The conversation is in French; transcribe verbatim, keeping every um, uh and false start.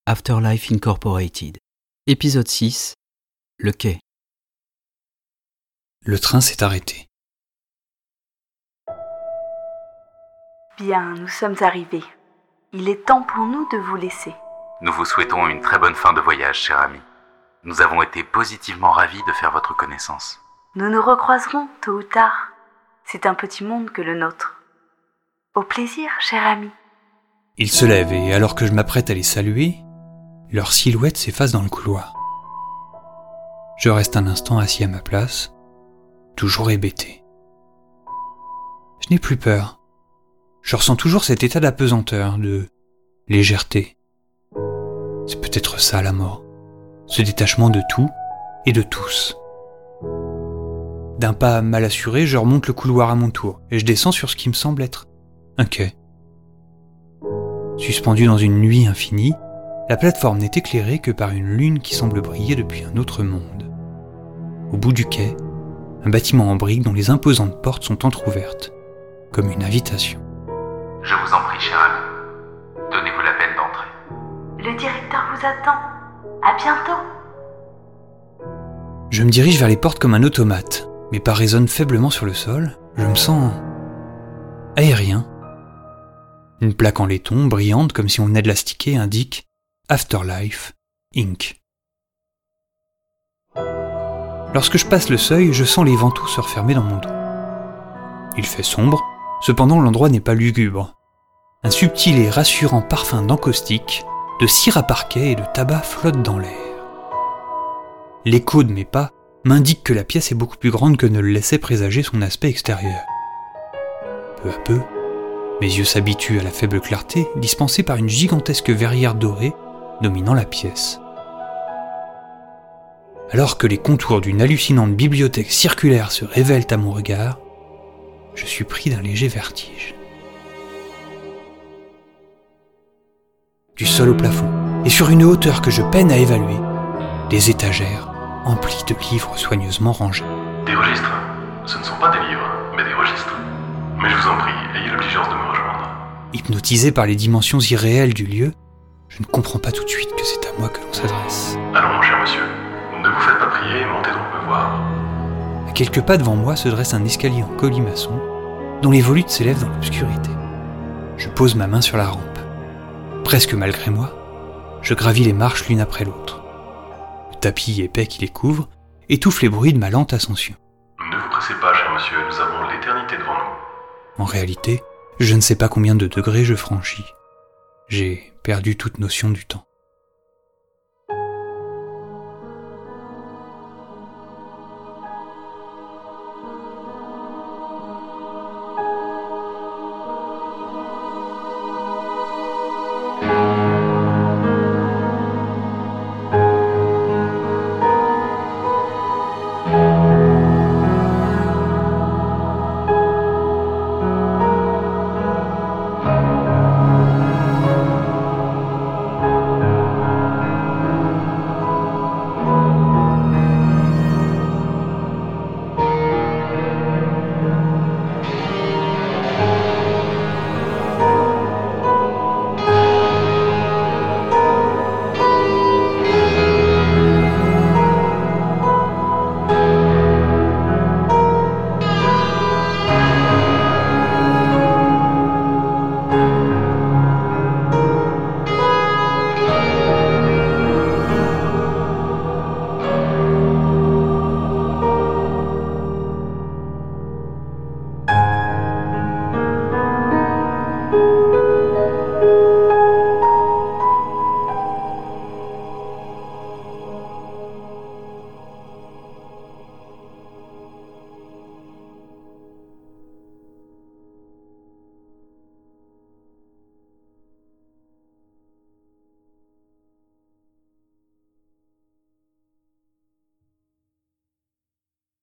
Afterlife Incorporated. Épisode six. Le quai. Le train s'est arrêté. Bien, nous sommes arrivés. Il est temps pour nous de vous laisser. Nous vous souhaitons une très bonne fin de voyage, cher ami. Nous avons été positivement ravis de faire votre connaissance. Nous nous recroiserons tôt ou tard. C'est un petit monde que le nôtre. Au plaisir, cher ami. Ils se lèvent et alors que je m'apprête à les saluer, leur silhouette s'efface dans le couloir. Je reste un instant assis à ma place, toujours hébété. Je n'ai plus peur. Je ressens toujours cet état d'apesanteur, de légèreté. C'est peut-être ça la mort, ce détachement de tout et de tous. D'un pas mal assuré, je remonte le couloir à mon tour et je descends sur ce qui me semble être un quai. Suspendue dans une nuit infinie, la plateforme n'est éclairée que par une lune qui semble briller depuis un autre monde. Au bout du quai, un bâtiment en briques dont les imposantes portes sont entr'ouvertes, comme une invitation. Je vous en prie, cher ami. Donnez-vous la peine d'entrer. Le directeur vous attend. À bientôt. Je me dirige vers les portes comme un automate. Mes pas résonnent faiblement sur le sol. Je me sens aérien. Une plaque en laiton, brillante comme si on venait de la sticker, indique Afterlife Incorporated. Lorsque je passe le seuil, je sens les ventouses se refermer dans mon dos. Il fait sombre, cependant l'endroit n'est pas lugubre. Un subtil et rassurant parfum d'encaustique, de cire à parquet et de tabac flotte dans l'air. L'écho de mes pas m'indique que la pièce est beaucoup plus grande que ne le laissait présager son aspect extérieur. Peu à peu, mes yeux s'habituent à la faible clarté dispensée par une gigantesque verrière dorée dominant la pièce. Alors que les contours d'une hallucinante bibliothèque circulaire se révèlent à mon regard, je suis pris d'un léger vertige. Du sol au plafond, et sur une hauteur que je peine à évaluer, des étagères emplies de livres soigneusement rangés. Des registres. Ce ne sont pas des livres, mais des registres. Mais je vous en prie, ayez l'obligeance de me rejoindre. Hypnotisé par les dimensions irréelles du lieu, je ne comprends pas tout de suite que c'est à moi que l'on s'adresse. Allons, mon cher monsieur, ne vous faites pas prier et montez donc me voir. À quelques pas devant moi se dresse un escalier en colimaçon, dont les volutes s'élèvent dans l'obscurité. Je pose ma main sur la rampe. Presque malgré moi, je gravis les marches l'une après l'autre. Le tapis épais qui les couvre étouffe les bruits de ma lente ascension. Ne vous pressez pas, cher monsieur, nous avons l'éternité devant nous. En réalité, je ne sais pas combien de degrés je franchis. J'ai perdu toute notion du temps.